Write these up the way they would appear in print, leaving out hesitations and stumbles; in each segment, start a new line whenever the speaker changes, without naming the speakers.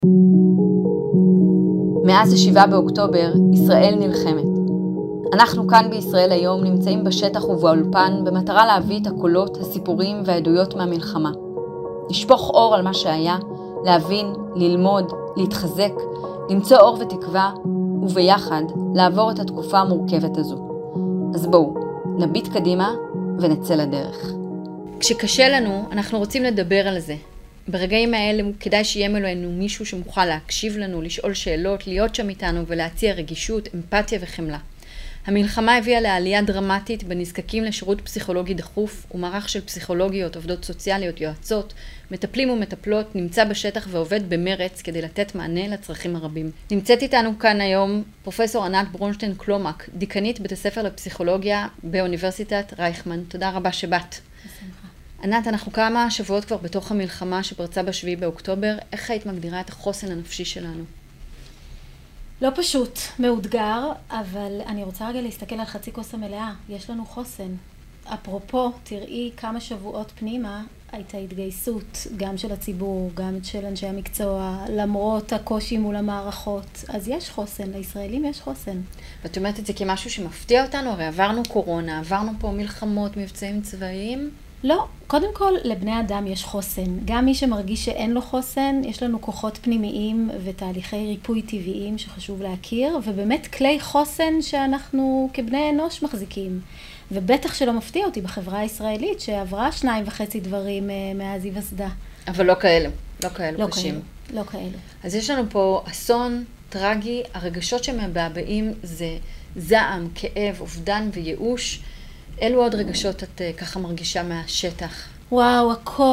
מאז ה7 באוקטובר, ישראל נלחמת. אנחנו כאן בישראל היום נמצאים בשטח ובאולפן במטרה להביא את הקולות, הסיפורים והעדויות מהמלחמה. לשפוך אור על מה שהיה, להבין, ללמוד, להתחזק, למצוא אור ותקווה, וביחד לעבור את התקופה המורכבת הזו. אז בואו, נביט קדימה ונצא לדרך. כשקשה לנו, אנחנו רוצים לדבר על זה. ברגעים האלה כדאי שיהיה מולנו מישהו שמוכל להקשיב לנו, לשאול שאלות, להיות שם איתנו ולהציע רגישות, אמפתיה וחמלה. המלחמה הביאה לעלייה דרמטית בנזקקים לשירות פסיכולוגי דחוף ומערך של פסיכולוגיות, עובדות סוציאליות, יועצות, מטפלים ומטפלות, נמצא בשטח ועובד במרץ כדי לתת מענה לצרכים הרבים. נמצאת איתנו כאן היום פרופסור ענת ברונשטיין קלומק, דיקנית בית הספר לפסיכולוגיה באוניברסיטת רייכמן. תודה רבה שבאת. ענת, אנחנו כמה שבועות כבר בתוך המלחמה שפרצה ב7 באוקטובר. איך היית מגדירה את החוסן הנפשי שלנו?
לא פשוט, מאותגר, אבל אני רוצה רגע להסתכל על חצי כוס המלאה. יש לנו חוסן. אפרופו, תראי כמה שבועות פנימה הייתה התגייסות, גם של הציבור, גם של אנשי המקצוע, למרות הקושי מול המערכות. אז יש חוסן, לישראלים יש חוסן.
ואת אומרת את זה כמשהו שמפתיע אותנו? הרי עברנו קורונה, עברנו פה מלחמות, מבצעים צבאיים.
לא, קודם כל לבני אדם יש חוסן. גם מי שמרגיש שאין לו חוסן, יש לנו כוחות פנימיים ותהליכי ריפוי טבעיים שחשוב להכיר, ובאמת כלי חוסן שאנחנו כבני אנוש מחזיקים. ובטח שלא מפתיע אותי בחברה הישראלית שעברה 2.5 דברים מאז היווסדה.
אבל לא כאלו, לא כאלו קשים.
לא כאלו.
אז יש לנו פה אסון טרגי, הרגשות שמבעבעים זה זעם, כאב, אובדן וייאוש. אילו עוד רגשות את ככה מרגישה מהשטח?
וואו,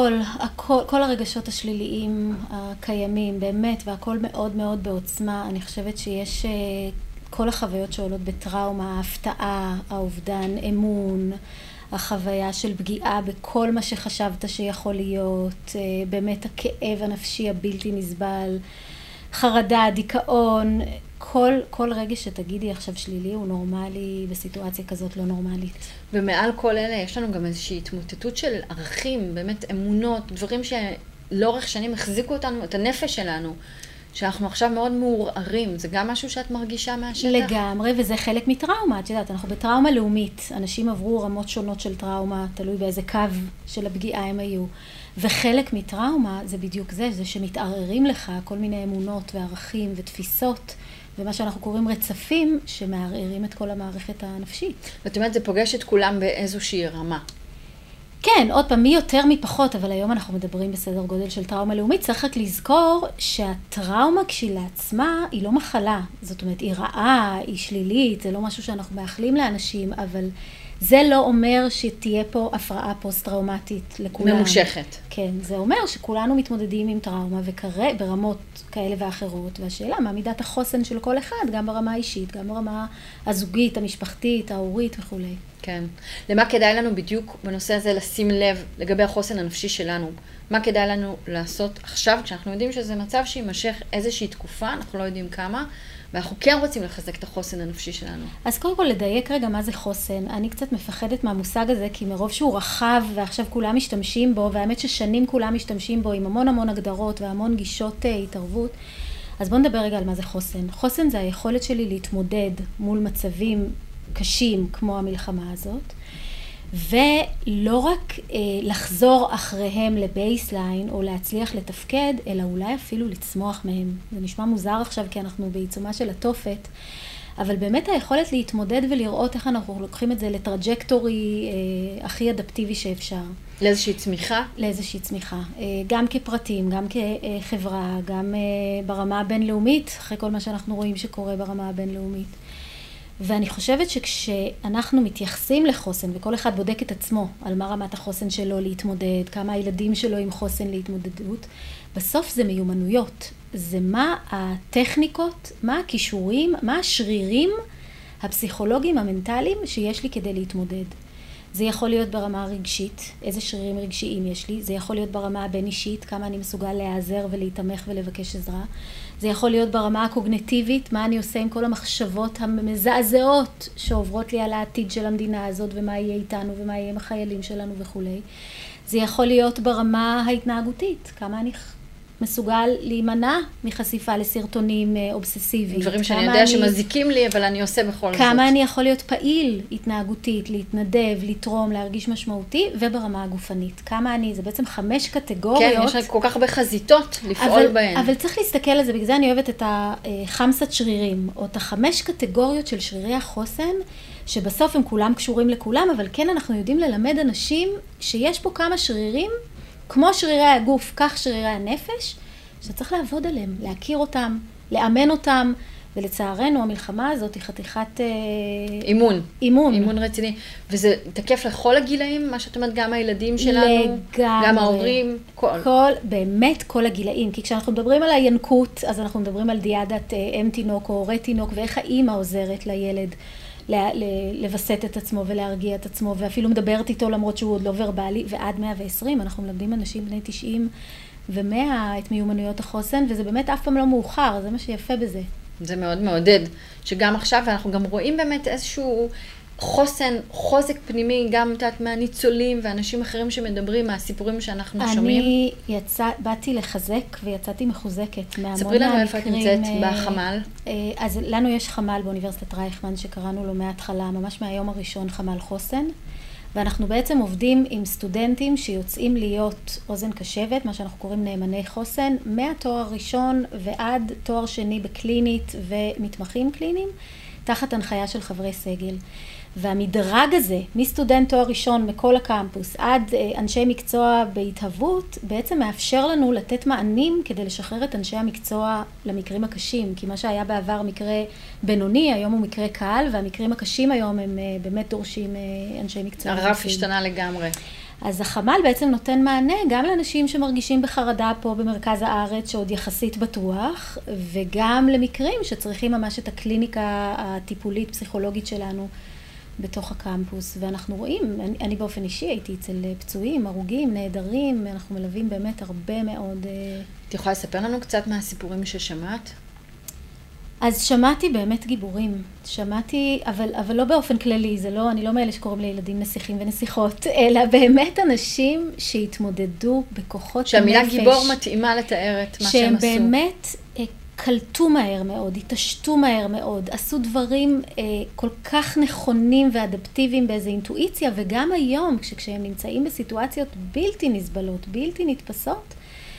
כל הרגשות השליליים הקיימים, באמת, והכל מאוד מאוד בעוצמה. אני חושבת שיש כל החוויות שעולות בטראומה, ההפתעה, האובדן, אמון, החוויה של פגיעה בכל מה שחשבת שיכול להיות, באמת הכאב הנפשי הבלתי נסבל, חרדה, דיכאון, כל רגש שתגידי עכשיו שלילי הוא נורמלי בסיטואציה כזאת לא נורמלית.
ומעל כל אלה יש לנו גם איזושהי התמוטטות של ערכים, באמת אמונות, דברים שלאורך שנים החזיקו אותנו, את הנפש שלנו, שאנחנו עכשיו מאוד מעורערים. זה גם משהו שאת מרגישה מהשטח?
לגמרי, וזה חלק מטראומה. את יודעת, אנחנו בטראומה לאומית. אנשים עברו רמות שונות של טראומה, תלוי באיזה קו של הפגיעה הם היו. וחלק מטראומה זה בדיוק זה שמתערערים לך כל מיני אמונות וערכים ותפיסות, ומה שאנחנו קוראים רצפים שמערערים את כל המערכת הנפשית.
זאת אומרת, זה פוגש את כולם באיזושהי רמה.
כן, עוד פעם, מי יותר מי פחות, אבל היום אנחנו מדברים בסדר גודל של טראומה לאומית. צריך רק לזכור שהטראומה כשלעצמה היא לא מחלה. זאת אומרת, היא רעה, היא שלילית, זה לא משהו שאנחנו מאחלים לאנשים, אבל זה לא אומר שתהיה פה הפרעה פוסט-טראומטית לכולם.
ממושכת.
כן, זה אומר שכולנו מתמודדים עם טראומה ברמות כאלה ואחרות, והשאלה מה מידת החוסן של כל אחד, גם ברמה האישית, גם ברמה הזוגית, המשפחתית, ההורית וכו'.
כן. למה כדאי לנו בדיוק בנושא הזה לשים לב לגבי החוסן הנפשי שלנו? מה כדאי לנו לעשות עכשיו, כשאנחנו יודעים שזה מצב שימשך איזושהי תקופה, אנחנו לא יודעים כמה, ואנחנו כן רוצים לחזק את החוסן הנפשי שלנו.
אז קודם כל לדייק רגע מה זה חוסן. אני קצת מפחדת מהמושג הזה, כי מרוב שהוא רחב ועכשיו כולם משתמשים בו, והאמת ששנים כולם משתמשים בו עם המון הגדרות והמון גישות התערבות. אז בואו נדבר רגע על מה זה חוסן. חוסן זה היכולת שלי להתמודד מול מצבים קשים כמו המלחמה הזאת, ולא רק לחזור אחריהם לבייסליין או להצליח לתפקד, אלא אולי אפילו לצמוח מהם. זה נשמע מוזר עכשיו כי אנחנו בעיצומה של התופת, אבל באמת היכולת להתמודד ולראות איך אנחנו לוקחים את זה לטראג'קטורי הכי אדפטיבי שאפשר.
לאיזושהי צמיחה?
לאיזושהי צמיחה. גם כפרטים, גם כחברה, גם ברמה הבינלאומית, אחרי כל מה שאנחנו רואים שקורה ברמה הבינלאומית. ואני חושבת שכשאנחנו מתייחסים לחוסן, וכל אחד בודק את עצמו על מה רמת החוסן שלו להתמודד, כמה הילדים שלו עם חוסן להתמודדות, בסוף זה מיומנויות. זה מה הטכניקות, מה הכישורים, מה השרירים הפסיכולוגיים, המנטליים שיש לי כדי להתמודד. זה יכול להיות ברמה הרגשית, איזה שרירים רגשיים יש לי. זה יכול להיות ברמה הבין-אישית, כמה אני מסוגל להיעזר ולהתמך ולבקש עזרה. זה יכול להיות ברמה הקוגניטיבית, מה אני עושה עם כל המחשבות המזעזעות שעוברות לי על העתיד של המדינה הזאת, ומה יהיה איתנו ומה יהיה עם החיילים שלנו וכו'. זה יכול להיות ברמה ההתנהגותית, כמה אני מסוגל להימנע מחשיפה לסרטונים אובססיביים.
דברים שאני יודע שמזיקים לי, אבל אני עושה בכל זאת.
כמה אני יכול להיות פעיל, התנהגותית, להתנדב, לתרום, להרגיש משמעותי, וברמה הגופנית. כמה אני, זה בעצם 5 קטגוריות.
כן, יש כל כך הרבה חזיתות לפעול בהן.
אבל צריך להסתכל על זה, בגלל זה אני אוהבת את החמסת שרירים, או את 5 קטגוריות של שרירי החוסן, שבסוף הם כולם קשורים לכולם, אבל כן אנחנו יודעים ללמד אנשים שיש פה כמה שרירים, כמו שרירי הגוף, כך שרירי הנפש, שצריך לעבוד עליהם, להכיר אותם, לאמן אותם, ולצערנו המלחמה הזאת היא חתיכת
אימון.
אימון.
אימון רציני. וזה תקף לכל הגילאים, מה שאת אומרת, גם הילדים שלנו,
לגמרי.
גם ההורים,
באמת כל הגילאים. כי כשאנחנו מדברים על הינקות, אז אנחנו מדברים על דיאדת אם תינוק או הורה תינוק, ואיך האמא עוזרת לילד לבסט את עצמו ולהרגיע את עצמו, ואפילו מדברת איתו למרות שהוא עוד לא ורבלי, ועד 120 אנחנו מלמדים אנשים בני 90 ו100 את מיומנויות החוסן, וזה באמת אף פעם לא מאוחר, זה מה שיפה בזה.
זה מאוד מעודד, שגם עכשיו אנחנו גם רואים באמת איזשהו חוסן, חוזק פנימי, גם מהניצולים ואנשים אחרים שמדברים, מהסיפורים שאנחנו שומעים.
אני באתי לחזק ויצאתי מחוזקת מהמון
ספרי לנו איפה את נמצאת בחמ"ל.
אז לנו יש חמ"ל באוניברסיטת רייכמן שקראנו לו מההתחלה, ממש מהיום הראשון חמ"ל חוסן, ואנחנו בעצם עובדים עם סטודנטים שיוצאים להיות אוזן קשבת, מה שאנחנו קוראים נאמני חוסן, מהתואר הראשון ועד תואר שני בקלינית ומתמחים קליניים, תחת הנחיה של חברי סגל. והמדרג הזה, מסטודנט תואר ראשון מכל הקמפוס עד אנשי מקצוע בהתהוות, בעצם מאפשר לנו לתת מענים כדי לשחרר את אנשי המקצוע למקרים הקשים, כי מה שהיה בעבר מקרה בינוני, היום הוא מקרה קל, והמקרים הקשים היום הם באמת דורשים אנשי מקצוע.
הרף השתנה לגמרי.
אז החמ"ל בעצם נותן מענה גם לאנשים שמרגישים בחרדה פה במרכז הארץ, שעוד יחסית בטוח, וגם למקרים שצריכים ממש את הקליניקה הטיפולית, פסיכולוגית שלנו, בתוך הקמפוס, ואנחנו רואים, אני באופן אישי הייתי אצל פצועים, הרוגים, נהדרים, אנחנו מלווים באמת הרבה מאוד.
את יכולה לספר לנו קצת מהסיפורים ששמעת?
אז שמעתי באמת גיבורים, שמעתי, אבל לא באופן כללי, זה לא, אני לא מאלה שקוראים לילדים נסיכים ונסיכות, אלא באמת אנשים שהתמודדו בכוחות נפש.
שהמילה גיבור מתאימה לתאר את מה שהם עשו.
שהם באמת קלטו מהר מאוד, התעשתו מהר מאוד, עשו דברים כל כך נכונים ואדפטיביים באיזו אינטואיציה, וגם היום, כשהם נמצאים בסיטואציות בלתי נסבלות, בלתי נתפסות,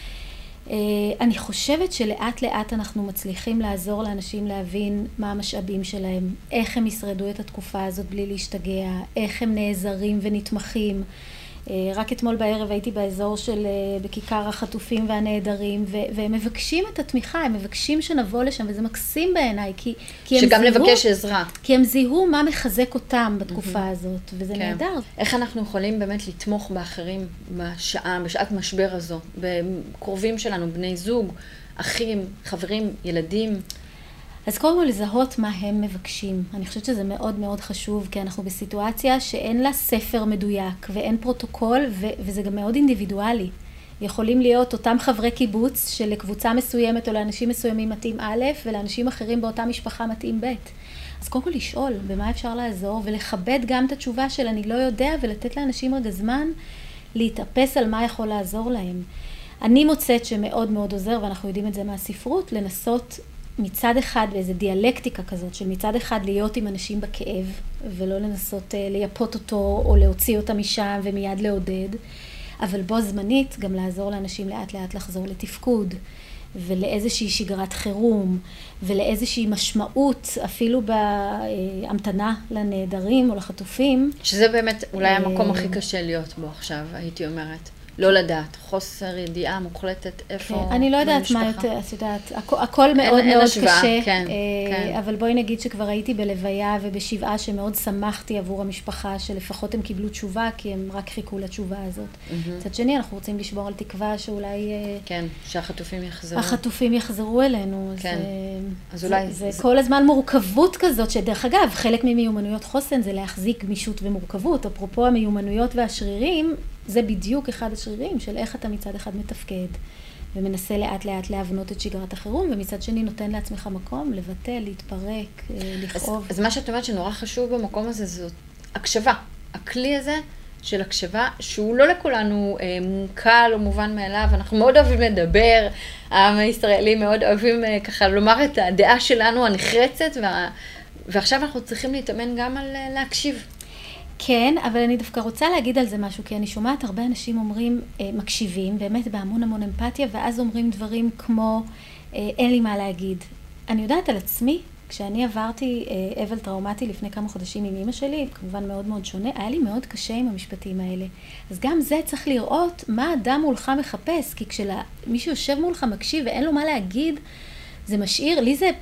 אני חושבת שלאט לאט אנחנו מצליחים לעזור לאנשים להבין מה המשאבים שלהם, איך הם ישרדו את התקופה הזאת בלי להשתגע, איך הם נעזרים ונתמכים. רק אתמול בערב הייתי באזור של, בכיכר החטופים והנהדרים, והם מבקשים את התמיכה, הם מבקשים שנבוא לשם, וזה מקסים בעיניי, כי הם
שגם לבקש עזרה.
כי הם זיהו מה מחזק אותם בתקופה הזאת, וזה נהדר.
איך אנחנו יכולים באמת לתמוך באחרים בשעת משבר הזו, בקרובים שלנו, בני זוג, אחים, חברים, ילדים?
אז קודם כל לזהות מה הם מבקשים. אני חושבת שזה מאוד מאוד חשוב, כי אנחנו בסיטואציה שאין לה ספר מדויק ואין פרוטוקול, וזה גם מאוד אינדיבידואלי. יכולים להיות אותם חברי קיבוץ שלקבוצה מסוימת או לאנשים מסוימים מתאים א', ולאנשים אחרים באותה משפחה מתאים ב'. אז קודם כל לשאול במה אפשר לעזור, ולכבד גם את התשובה של אני לא יודע, ולתת לאנשים רגע זמן להתאפס על מה יכול לעזור להם. אני מוצאת שמאוד מאוד עוזר, ואנחנו יודעים את זה מהספרות, לנסות מצד אחד באיזו דיאלקטיקה כזאת, של מצד אחד להיות עם אנשים בכאב, ולא לנסות לייפות אותו או להוציא אותה משם ומיד לעודד, אבל בו זמנית גם לעזור לאנשים לאט לאט לחזור לתפקוד, ולאיזושהי שגרת חירום, ולאיזושהי משמעות, אפילו בהמתנה לנהדרים או לחטופים.
שזה באמת אולי המקום הכי קשה להיות בו עכשיו, הייתי אומרת. לא לדעת, חוסר ידיעה מוחלטת איפה במשפחה.
אני לא יודעת מה יותר, את יודעת, הכל מאוד מאוד קשה,
כן.
אבל בואי נגיד שכבר הייתי בלוויה ובשבעה שמאוד שמחתי עבור המשפחה, שלפחות הם קיבלו תשובה, כי הם רק חיכו לתשובה הזאת. מצד שני, אנחנו רוצים לשבור על תקווה שאולי...
כן, שהחטופים יחזרו.
החטופים יחזרו אלינו.
כן, אז אולי...
זה כל הזמן מורכבות כזאת, שדרך אגב, חלק ממיומנויות חוסן זה להחזיק גמישות ומורכבות. אפרופו המיומנויות והשרירים, זה בדיוק אחד השרירים של איך אתה מצד אחד מתפקד ומנסה לאט לאט להבנות את שגרת החירום, ומצד שני נותן לעצמך מקום לבטל, להתפרק, לכאוב.
אז מה שאת אומרת שנורא חשוב במקום הזה זאת הקשבה. הכלי הזה של הקשבה, שהוא לא לכולנו קל או מובן מאליו, אנחנו מאוד אוהבים לדבר, העם הישראלי מאוד אוהבים ככה לומר את הדעה שלנו הנחרצת, ועכשיו אנחנו צריכים להתאמן גם על להקשיב.
כן, אבל אני דווקא רוצה להגיד על זה משהו, כי אני שומעת הרבה אנשים אומרים, מקשיבים, באמת בהמון המון אמפתיה, ואז אומרים דברים כמו, אין לי מה להגיד. אני יודעת על עצמי, כשאני עברתי אבל טראומטי לפני כמה חודשים עם אמא שלי, כמובן מאוד מאוד שונה, היה לי מאוד קשה עם המשפטים האלה. אז גם זה צריך לראות מה אדם מולך מחפש, כי כשמישהו יושב מולך מקשיב ואין לו מה להגיד, זה משאיר, לי זה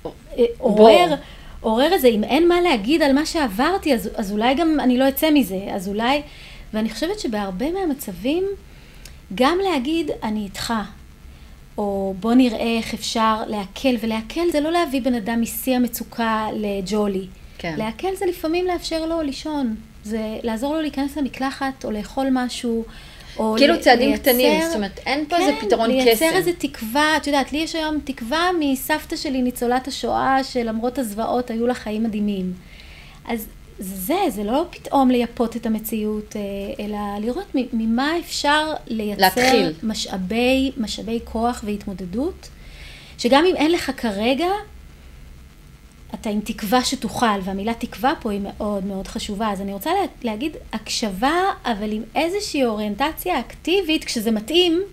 עורר איזה, אם אין מה להגיד על מה שעברתי, אז אולי גם אני לא אצא מזה, אז אולי, ואני חושבת שבהרבה מהמצבים, גם להגיד אני איתך, או בוא נראה איך אפשר להקל, ולהקל זה לא להביא בן אדם משיא המצוקה לג'ולי.
כן.
להקל זה לפעמים לאפשר לו לישון, זה לעזור לו להיכנס למקלחת, או לאכול משהו, או
כאילו צעדים קטנים, זאת אומרת, אין פה איזה פתרון קסם.
לייצר איזה תקווה, את יודעת, לי יש היום תקווה מסבתא שלי, ניצולת השואה, שלמרות הזוועות היו לה חיים מדהימים. אז זה לא פתאום לייפות את המציאות, אלא לראות ממה אפשר לייצר משאבי כוח והתמודדות, שגם אם אין לך כרגע, אתה עם תקווה שתוכל, והמילה תקווה פה היא מאוד מאוד חשובה. אז אני רוצה להגיד הקשבה, אבל עם איזושהי אוריינטציה אקטיבית, כשזה מתאים,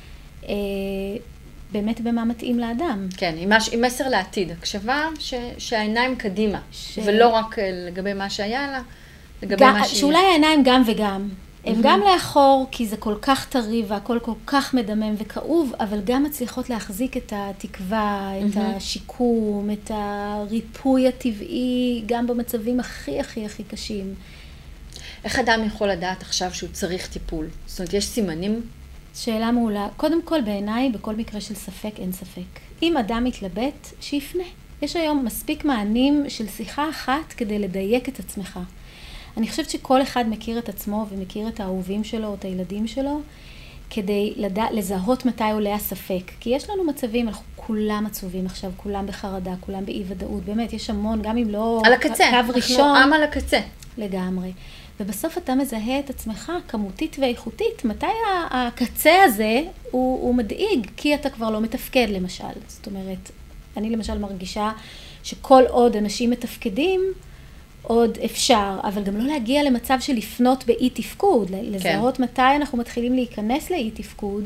באמת במה מתאים לאדם.
כן, עם מסר לעתיד. הקשבה שהעיניים קדימה, ולא רק לגבי מה שהיה, אלא לגבי מה שיהיה.
שאולי העיניים גם וגם. הם גם לאחור, כי זה כל כך טרי והכל כל כך מדמם וכאוב, אבל גם מצליחות להחזיק את התקווה, את השיקום, את הריפוי הטבעי, גם במצבים הכי הכי הכי קשים.
איך אדם יכול לדעת עכשיו שהוא צריך טיפול? זאת אומרת, יש סימנים?
שאלה מעולה. קודם כל, בעיניי, בכל מקרה של ספק, אין ספק. אם אדם מתלבט, שיפנה. יש היום מספיק מענים של שיחה אחת כדי לדייק את עצמך. אני חושבת שכל אחד מכיר את עצמו ומכיר את האהובים שלו או את הילדים שלו, כדי לזהות מתי עולה הספק. כי יש לנו מצבים, אנחנו כולם עצובים עכשיו, כולם בחרדה, כולם באי ודאות. באמת, יש המון, גם אם לא
על הקצה.
קו ראשון.
אנחנו עם על הקצה.
לגמרי. ובסוף אתה מזהה את עצמך כמותית ואיכותית. מתי הקצה הזה הוא מדאיג? כי אתה כבר לא מתפקד, למשל. זאת אומרת, אני למשל מרגישה שכל עוד אנשים מתפקדים, עוד אפשר, אבל גם לא להגיע למצב של לפנות באי תפקוד, לזהות מתי אנחנו מתחילים להיכנס לאי תפקוד.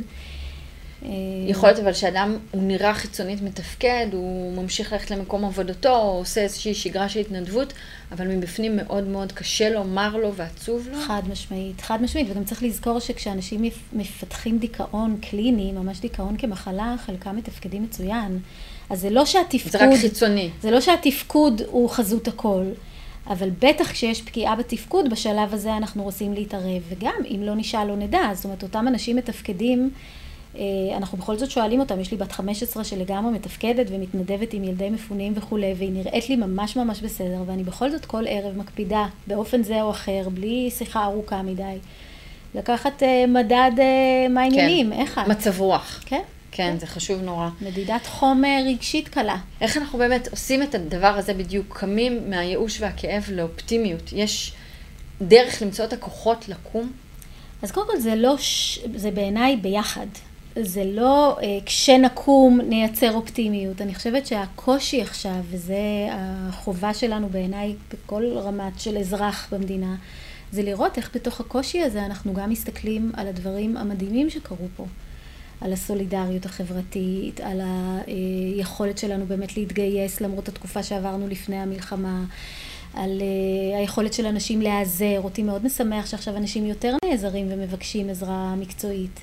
יכול להיות אבל שאדם הוא נראה חיצונית מתפקד, הוא ממשיך ללכת למקום עבודתו, או עושה איזושהי שגרה של התנדבות, אבל מבפנים מאוד מאוד קשה לו, מר לו ועצוב לו.
חד משמעית, חד משמעית, וגם צריך לזכור שכשאנשים מפתחים דיכאון קליני, ממש דיכאון כמחלה, חלקם מתפקדים מצוין. אז זה לא שהתפקוד...
זה רק חיצוני.
זה לא שהתפקוד הוא חזות הכל. אבל בטח כשיש פגיעה בתפקוד, בשלב הזה אנחנו רוצים להתערב. וגם, אם לא נשאל, לא נדע. זאת אומרת, אותם אנשים מתפקדים, אנחנו בכל זאת שואלים אותם, יש לי בת 15 שלגמרי מתפקדת ומתנדבת עם ילדי מפונים וכו', והיא נראית לי ממש ממש בסדר, ואני בכל זאת כל ערב מקפידה, באופן זה או אחר, בלי שיחה ארוכה מדי. לקחת מדד מעניינים,
כן.
איך את?
מצב רוח.
כן.
כן, זה חשוב נורא.
מדידת חומר רגשית קלה.
איך אנחנו באמת עושים את הדבר הזה בדיוק? קמים מהייאוש והכאב לאופטימיות. יש דרך למצוא את הכוחות לקום?
אז קודם כל זה בעיניי ביחד. זה לא כשנקום נייצר אופטימיות. אני חושבת שהקושי עכשיו, וזה החובה שלנו בעיניי בכל רמת של אזרח במדינה, זה לראות איך בתוך הקושי הזה אנחנו גם מסתכלים על הדברים המדהימים שקרו פה. על הסולידריות החברתית, על היכולת שלנו באמת להתגייס למרות התקופה שעברנו לפני המלחמה, על היכולת של אנשים להיעזר. אותי מאוד משמח שעכשיו אנשים יותר נעזרים ומבקשים עזרה מקצועית.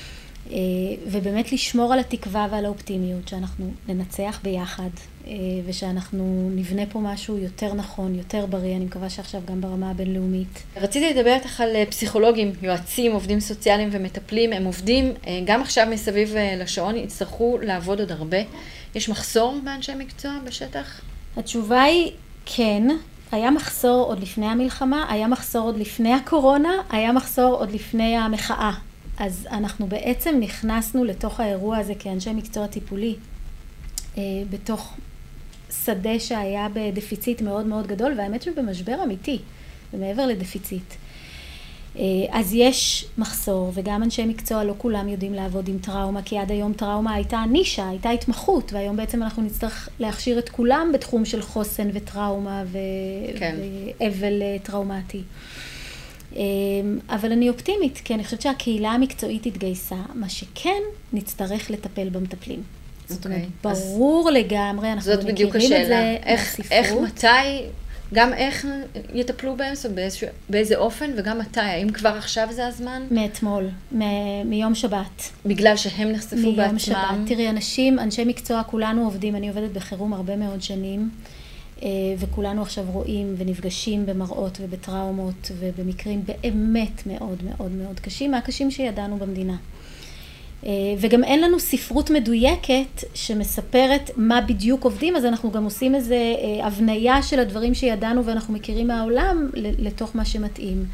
ובאמת לשמור על התקווה ועל האופטימיות, שאנחנו ננצח ביחד, ושאנחנו נבנה פה משהו יותר נכון, יותר בריא. אני מקווה שעכשיו גם ברמה הבינלאומית.
רציתי לדבר איתך על פסיכולוגים, יועצים, עובדים סוציאליים ומטפלים. הם עובדים גם עכשיו מסביב לשעון, יצטרכו לעבוד עוד הרבה. יש מחסור באנשי מקצוע בשטח?
התשובה היא כן. היה מחסור עוד לפני המלחמה, היה מחסור עוד לפני הקורונה, היה מחסור עוד לפני המחאה. אז אנחנו בעצם נכנסנו לתוך האירוע הזה כאנשי מקצוע טיפולי, בתוך שדה שהיה בדפיציט מאוד מאוד גדול, והאמת שבמשבר אמיתי, ומעבר לדפיציט. אז יש מחסור, וגם אנשי מקצוע לא כולם יודעים לעבוד עם טראומה, כי עד היום טראומה הייתה נישה, הייתה התמחות, והיום בעצם אנחנו נצטרך להכשיר את כולם בתחום של חוסן וטראומה ואבל טראומטי. אבל אני אופטימית, כי אני חושבת שהקהילה המקצועית התגייסה, מה שכן נצטרך לטפל במטפלים. זאת אומרת, ברור לגמרי, אנחנו מכירים את זה מהספרות.
איך, מתי, גם איך יטפלו בהם, זאת אומרת, באיזה אופן, וגם מתי, האם כבר עכשיו זה הזמן?
מאתמול, מיום שבת.
בגלל שהם נחשפו בעצמם?
מיום שבת. תראי, אנשי מקצוע, כולנו עובדים, אני עובדת בחירום הרבה מאוד שנים, וכולנו עכשיו רואים ונפגשים במראות ובטראומות, ובמקרים באמת מאוד מאוד מאוד קשים, מהקשים שידענו במדינה. וגם אין לנו ספרות מדויקת שמספרת מה בדיוק עובדים, אז אנחנו גם עושים איזה הבניה של הדברים שידענו ואנחנו מכירים מהעולם לתוך מה שמתאים.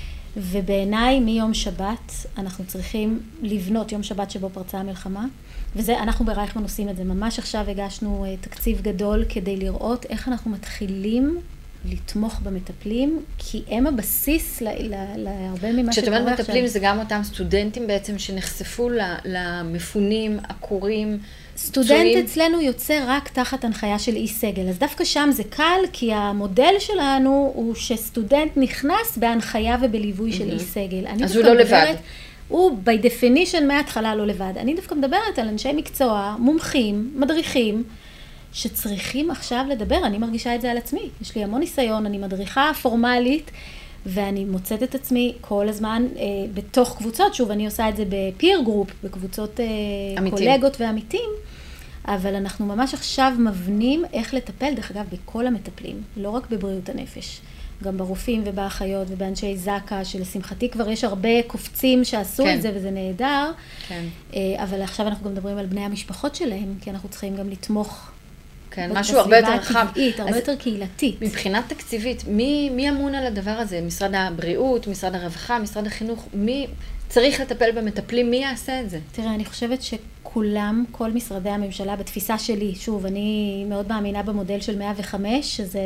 ובעיניי מיום שבת אנחנו צריכים לבנות, יום שבת שבו פרצה המלחמה, וזה, אנחנו ברייכמן עושים את זה. ממש עכשיו הגשנו תקציב גדול כדי לראות איך אנחנו מתחילים לתמוך במטפלים, כי הם הבסיס להרבה ממה שקורה עכשיו.
כשאת אומרת מטפלים, זה גם אותם סטודנטים בעצם שנחשפו למפונים, עקורים,
סטודנט אצלנו יוצא רק תחת הנחיה של אי סגל, אז דווקא שם זה קל, כי המודל שלנו הוא שסטודנט נכנס בהנחיה ובליווי של אי סגל.
אז הוא לא לבד.
הוא by definition מההתחלה לא לבד. אני דווקא מדברת על אנשי מקצוע, מומחים, מדריכים, שצריכים עכשיו לדבר. אני מרגישה את זה על עצמי. יש לי המון ניסיון, אני מדריכה פורמלית, ואני מוצאת את עצמי כל הזמן בתוך קבוצות. שוב, אני עושה את זה בפיר גרופ, בקבוצות קולגות ועמיתים, אבל אנחנו ממש עכשיו מבנים איך לטפל, דרך אגב, בכל המטפלים, לא רק בבריאות הנפש. גם ברופאים ובאחיות ובאנשי זקה, שלשמחתי כבר יש הרבה קופצים שעשו את זה, וזה נהדר.
כן.
אבל עכשיו אנחנו גם מדברים על בני המשפחות שלהם, כי אנחנו צריכים גם לתמוך
כן, משהו הרבה יותר רחב.
הרבה יותר קהילתית.
מבחינת תקציבית, מי אמון על הדבר הזה? משרד הבריאות, משרד הרווחה, משרד החינוך, מי צריך לטפל במטפלים? מי יעשה את זה?
תראה, אני חושבת שכולם, כל משרדי הממשלה, בתפיסה שלי, שוב, אני מאוד מאמינה במודל של 105, שזה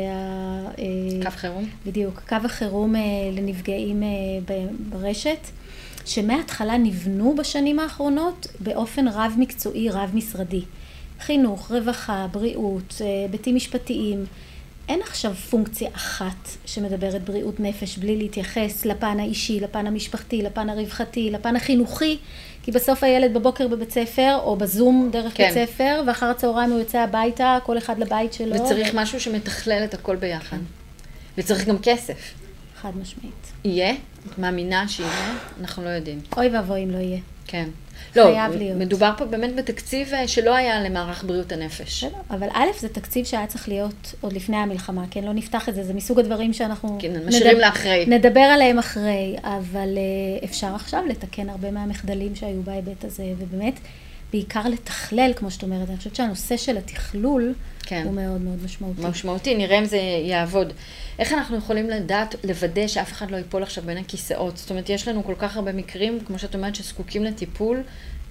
קו חירום?
בדיוק, קו החירום לנפגעים ברשת, שמההתחלה נבנו בשנים האחרונות באופן רב מקצועי, רב משרדי. חינוך, רווחה, בריאות, היבטים משפטיים. אין עכשיו פונקציה אחת שמדברת בריאות נפש בלי להתייחס לפן האישי, לפן המשפחתי, לפן הרווחתי, לפן החינוכי, כי בסוף הילד בבוקר בבית ספר או בזום דרך בית ספר, ואחר הצהריים הוא יוצא הביתה, כל אחד לבית שלו.
וצריך משהו שמתכלל את הכל ביחד. וצריך גם כסף.
חד משמעית.
יהיה? את מאמינה שיהיה? אנחנו לא יודעים.
אוי ואבוי אם לא יהיה.
כן.
חייב להיות.
מדובר פה באמת בתקציב שלא היה למערך בריאות הנפש.
אבל א', זה תקציב שהיה צריך להיות עוד לפני המלחמה, כן? לא נפתח את זה, זה מסוג הדברים שאנחנו
משאירים לאחרי.
נדבר עליהם אחרי, אבל אפשר עכשיו לתקן הרבה מהמחדלים שהיו בהיבט הזה, ובאמת, בעיקר לתכלל, כמו שאת אומרת. אני חושבת שהנושא של התכלול הוא מאוד מאוד משמעותי.
משמעותי, נראה אם זה יעבוד. איך אנחנו יכולים לוודא שאף אחד לא ייפול עכשיו בין הכיסאות? זאת אומרת, יש לנו כל כך הרבה מקרים, כמו שאת אומרת, שזקוקים לטיפול.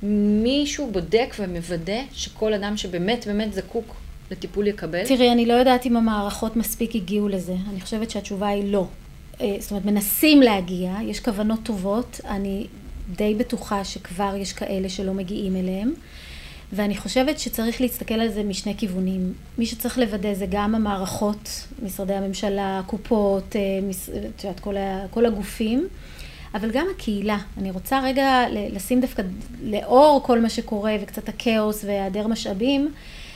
מישהו בודק ומוודא שכל אדם שבאמת באמת זקוק לטיפול יקבל?
תראי, אני לא יודעת אם המערכות מספיק הגיעו לזה. אני חושבת שהתשובה היא לא. זאת אומרת, מנסים להגיע, יש כוונות טובות, אני די בטוחה שכבר יש כאלה שלא מגיעים אליהם. ואני חושבת שצריך להסתכל על זה משני כיוונים. מי שצריך לוודא זה גם המערכות, משרדי הממשלה, קופות, כל הגופים, אבל גם הקהילה. אני רוצה רגע לשים דווקא לאור כל מה שקורה וקצת הכאוס והיעדר משאבים,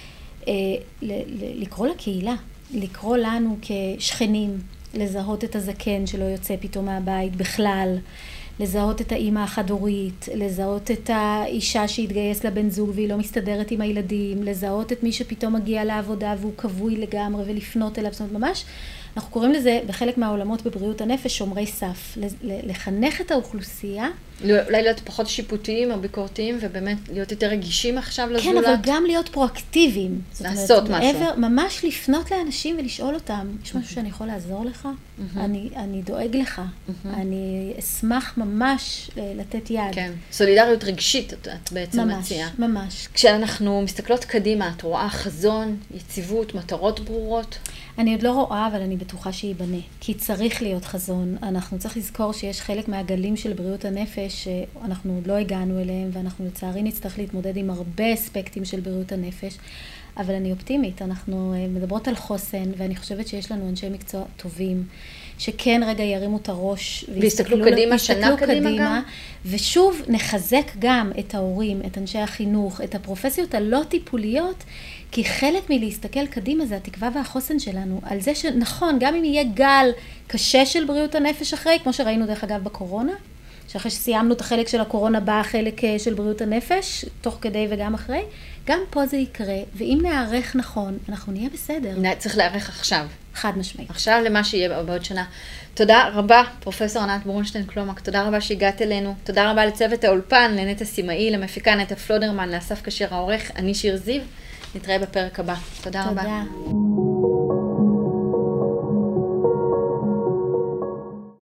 לקרוא לקהילה, לקרוא לנו כשכנים, לזהות את הזקן שלא יוצא פתאום מהבית בכלל, לזהות את האמא החד-הורית, לזהות את האישה שהתגייס לבן זוג והיא לא מסתדרת עם הילדים, לזהות את מי שפתאום מגיע לעבודה והוא כבוי לגמרי ולפנות אליו. זאת אומרת, ממש, אנחנו קוראים לזה בחלק מהעולמות בבריאות הנפש שומרי סף, לחנך את האוכלוסייה.
אולי להיות פחות שיפוטיים או ביקורתיים ובאמת להיות יותר רגישים עכשיו לזולת.
כן, אבל גם להיות פרואקטיביים.
לעשות משהו.
ממש לפנות לאנשים ולשאול אותם, יש משהו שאני יכול לעזור לך? אני דואג לך. אני אשמח ממש לתת יד.
כן, סולידריות רגשית את בעצם מציעה.
ממש, ממש.
כשאנחנו מסתכלות קדימה, את רואה חזון, יציבות, מטרות ברורות?
אני עוד לא רואה, אבל אני בטוחה שייבנה. כי צריך להיות חזון. אנחנו צריך לזכור שיש חלק מהגלים של בריאות הנפש שאנחנו עוד לא הגענו אליהם, ואנחנו לצערי נצטרך להתמודד עם הרבה אספקטים של בריאות הנפש. אבל אני אופטימית, אנחנו מדברות על חוסן, ואני חושבת שיש לנו אנשי מקצוע טובים, שכן רגע ירימו את הראש,
ויסתכלו קדימה, שנה קדימה גם.
ושוב נחזק גם את ההורים, את אנשי החינוך, את הפרופסיות הלא טיפוליות, כי חלק מלהסתכל קדימה זה התקווה והחוסן שלנו, על זה שנכון, גם אם יהיה גל קשה של בריאות הנפש אחרי, כמו שראינו דרך אגב בקורונה, שאחרי שסיימנו את החלק של הקורונה, בא החלק של בריאות הנפש, תוך כדי וגם אחרי, גם פה זה יקרה, ואם נערך נכון, אנחנו נהיה בסדר.
צריך לערך עכשיו.
חד משמעית.
עכשיו למה שיהיה בעוד שנה. תודה רבה, פרופסור ענת ברונשטיין קלומק, תודה רבה שהגעת אלינו, תודה רבה לצוות האולפן, לנטע סימאי, למפיקה נטע פלודרמן, לאסף קשר העורך, אני שיר זיו, נתראה בפרק הבא. תודה רבה.
תודה.